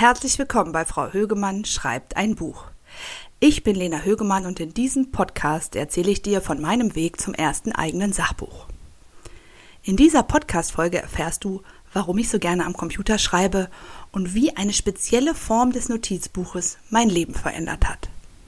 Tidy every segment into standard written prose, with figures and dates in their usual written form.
Herzlich willkommen bei Frau Högemann schreibt ein Buch. Ich bin Lena Högemann und in diesem Podcast erzähle ich dir von meinem Weg zum ersten eigenen Sachbuch. In dieser Podcast-Folge erfährst du, warum ich so gerne am Computer schreibe und wie eine spezielle Form des Notizbuches mein Leben verändert hat.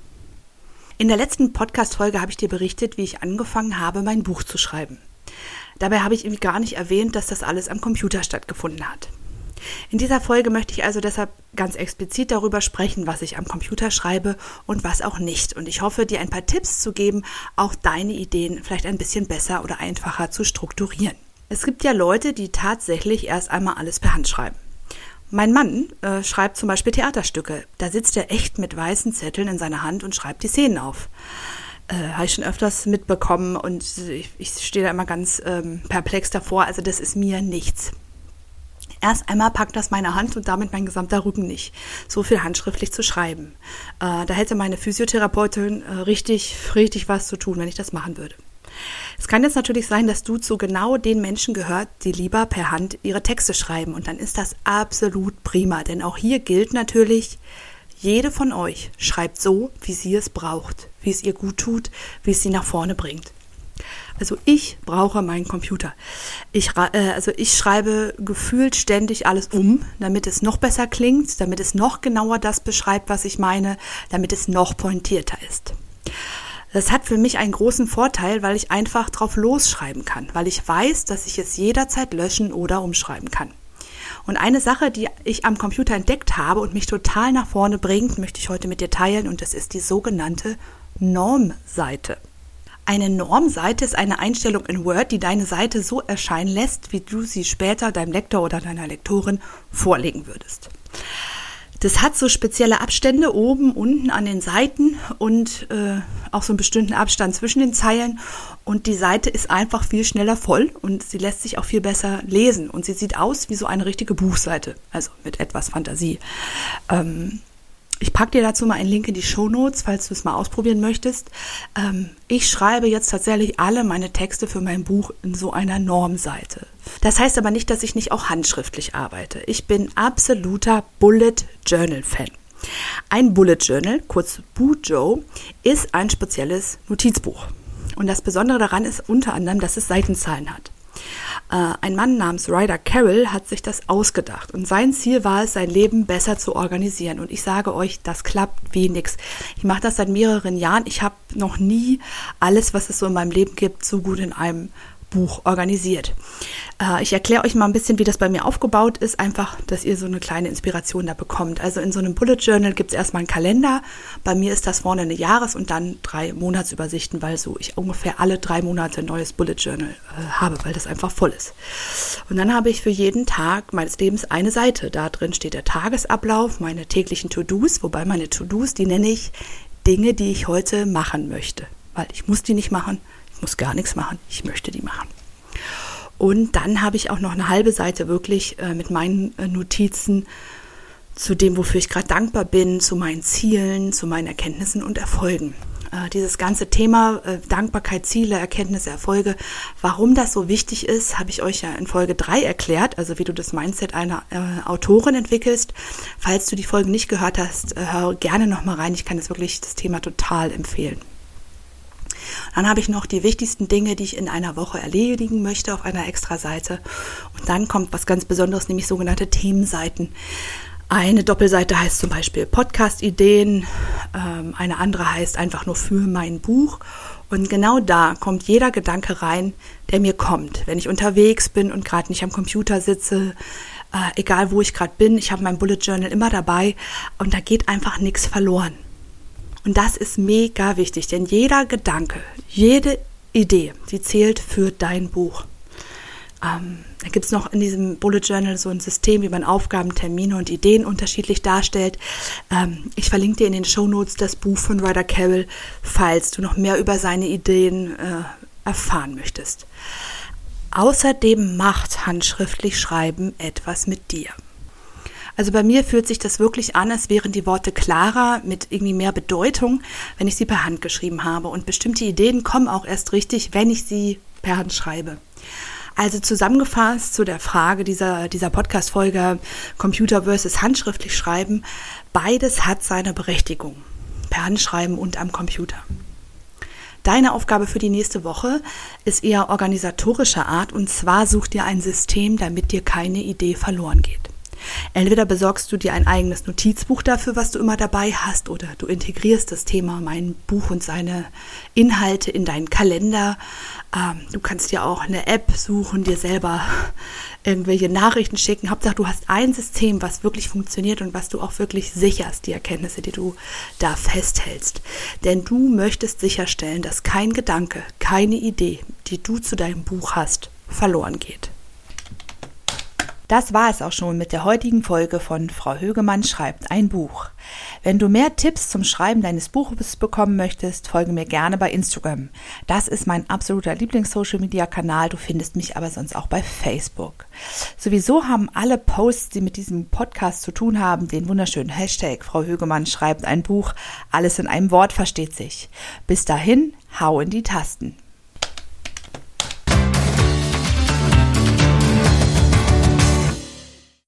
In der letzten Podcast-Folge habe ich dir berichtet, wie ich angefangen habe, mein Buch zu schreiben. Dabei habe ich irgendwie gar nicht erwähnt, dass das alles am Computer stattgefunden hat. In dieser Folge möchte ich also deshalb ganz explizit darüber sprechen, was ich am Computer schreibe und was auch nicht. Und ich hoffe, dir ein paar Tipps zu geben, auch deine Ideen vielleicht ein bisschen besser oder einfacher zu strukturieren. Es gibt ja Leute, die tatsächlich erst einmal alles per Hand schreiben. Mein Mann schreibt zum Beispiel Theaterstücke. Da sitzt er echt mit weißen Zetteln in seiner Hand und schreibt die Szenen auf. Habe ich schon öfters mitbekommen und ich stehe da immer ganz perplex davor. Also das ist mir nichts. Erst einmal packt das meine Hand und damit mein gesamter Rücken nicht, so viel handschriftlich zu schreiben. Da hätte meine Physiotherapeutin richtig was zu tun, wenn ich das machen würde. Es kann jetzt natürlich sein, dass du zu genau den Menschen gehört, die lieber per Hand ihre Texte schreiben. Und dann ist das absolut prima, denn auch hier gilt natürlich, jede von euch schreibt so, wie sie es braucht, wie es ihr gut tut, wie es sie nach vorne bringt. Also ich brauche meinen Computer. Ich schreibe gefühlt ständig alles um, damit es noch besser klingt, damit es noch genauer das beschreibt, was ich meine, damit es noch pointierter ist. Das hat für mich einen großen Vorteil, weil ich einfach drauf losschreiben kann, weil ich weiß, dass ich es jederzeit löschen oder umschreiben kann. Und eine Sache, die ich am Computer entdeckt habe und mich total nach vorne bringt, möchte ich heute mit dir teilen, und das ist die sogenannte Normseite. Eine Normseite ist eine Einstellung in Word, die deine Seite so erscheinen lässt, wie du sie später deinem Lektor oder deiner Lektorin vorlegen würdest. Das hat so spezielle Abstände oben, unten an den Seiten und auch so einen bestimmten Abstand zwischen den Zeilen. Und die Seite ist einfach viel schneller voll und sie lässt sich auch viel besser lesen. Und sie sieht aus wie so eine richtige Buchseite, also mit etwas Fantasie. Ich packe dir dazu mal einen Link in die Shownotes, falls du es mal ausprobieren möchtest. Ich schreibe jetzt tatsächlich alle meine Texte für mein Buch in so einer Normseite. Das heißt aber nicht, dass ich nicht auch handschriftlich arbeite. Ich bin absoluter Bullet Journal Fan. Ein Bullet Journal, kurz Bujo, ist ein spezielles Notizbuch. Und das Besondere daran ist unter anderem, dass es Seitenzahlen hat. Ein Mann namens Ryder Carroll hat sich das ausgedacht und sein Ziel war es, sein Leben besser zu organisieren. Und ich sage euch, das klappt wie nix. Ich mache das seit mehreren Jahren. Ich habe noch nie alles, was es so in meinem Leben gibt, so gut in einem Buch organisiert. Ich erkläre euch mal ein bisschen, wie das bei mir aufgebaut ist, einfach, dass ihr so eine kleine Inspiration da bekommt. Also in so einem Bullet Journal gibt es erstmal einen Kalender. Bei mir ist das vorne eine Jahres- und dann 3 Monatsübersichten, weil so ich ungefähr alle 3 Monate ein neues Bullet Journal habe, weil das einfach voll ist. Und dann habe ich für jeden Tag meines Lebens eine Seite. Da drin steht der Tagesablauf, meine täglichen To-Dos, wobei meine To-Dos, die nenne ich Dinge, die ich heute machen möchte. Weil ich muss die nicht machen. Ich muss gar nichts machen, ich möchte die machen. Und dann habe ich auch noch eine halbe Seite wirklich mit meinen Notizen zu dem, wofür ich gerade dankbar bin, zu meinen Zielen, zu meinen Erkenntnissen und Erfolgen. Dieses ganze Thema Dankbarkeit, Ziele, Erkenntnisse, Erfolge, warum das so wichtig ist, habe ich euch ja in Folge 3 erklärt, also wie du das Mindset einer Autorin entwickelst. Falls du die Folge nicht gehört hast, hör gerne nochmal rein, ich kann das Thema total empfehlen. Dann habe ich noch die wichtigsten Dinge, die ich in einer Woche erledigen möchte auf einer Extra-Seite. Und dann kommt was ganz Besonderes, nämlich sogenannte Themenseiten. Eine Doppelseite heißt zum Beispiel Podcast-Ideen, eine andere heißt einfach nur für mein Buch. Und genau da kommt jeder Gedanke rein, der mir kommt. Wenn ich unterwegs bin und gerade nicht am Computer sitze, egal wo ich gerade bin, ich habe mein Bullet Journal immer dabei und da geht einfach nichts verloren. Und das ist mega wichtig, denn jeder Gedanke, jede Idee, die zählt für dein Buch. Da gibt es noch in diesem Bullet Journal so ein System, wie man Aufgaben, Termine und Ideen unterschiedlich darstellt. Ich verlinke dir in den Shownotes das Buch von Ryder Carroll, falls du noch mehr über seine Ideen erfahren möchtest. Außerdem macht handschriftlich Schreiben etwas mit dir. Also bei mir fühlt sich das wirklich an, als wären die Worte klarer, mit irgendwie mehr Bedeutung, wenn ich sie per Hand geschrieben habe. Und bestimmte Ideen kommen auch erst richtig, wenn ich sie per Hand schreibe. Also zusammengefasst zu der Frage dieser Podcast-Folge Computer versus handschriftlich schreiben, beides hat seine Berechtigung, per Handschreiben und am Computer. Deine Aufgabe für die nächste Woche ist eher organisatorischer Art, und zwar such dir ein System, damit dir keine Idee verloren geht. Entweder besorgst du dir ein eigenes Notizbuch dafür, was du immer dabei hast, oder du integrierst das Thema Mein Buch und seine Inhalte in deinen Kalender. Du kannst dir auch eine App suchen, dir selber irgendwelche Nachrichten schicken. Hauptsache, du hast ein System, was wirklich funktioniert und was du auch wirklich sicherst, die Erkenntnisse, die du da festhältst. Denn du möchtest sicherstellen, dass kein Gedanke, keine Idee, die du zu deinem Buch hast, verloren geht. Das war es auch schon mit der heutigen Folge von Frau Högemann schreibt ein Buch. Wenn du mehr Tipps zum Schreiben deines Buches bekommen möchtest, folge mir gerne bei Instagram. Das ist mein absoluter Lieblings-Social-Media-Kanal. Du findest mich aber sonst auch bei Facebook. Sowieso haben alle Posts, die mit diesem Podcast zu tun haben, den wunderschönen Hashtag Frau Högemann schreibt ein Buch. Alles in einem Wort versteht sich. Bis dahin, hau in die Tasten.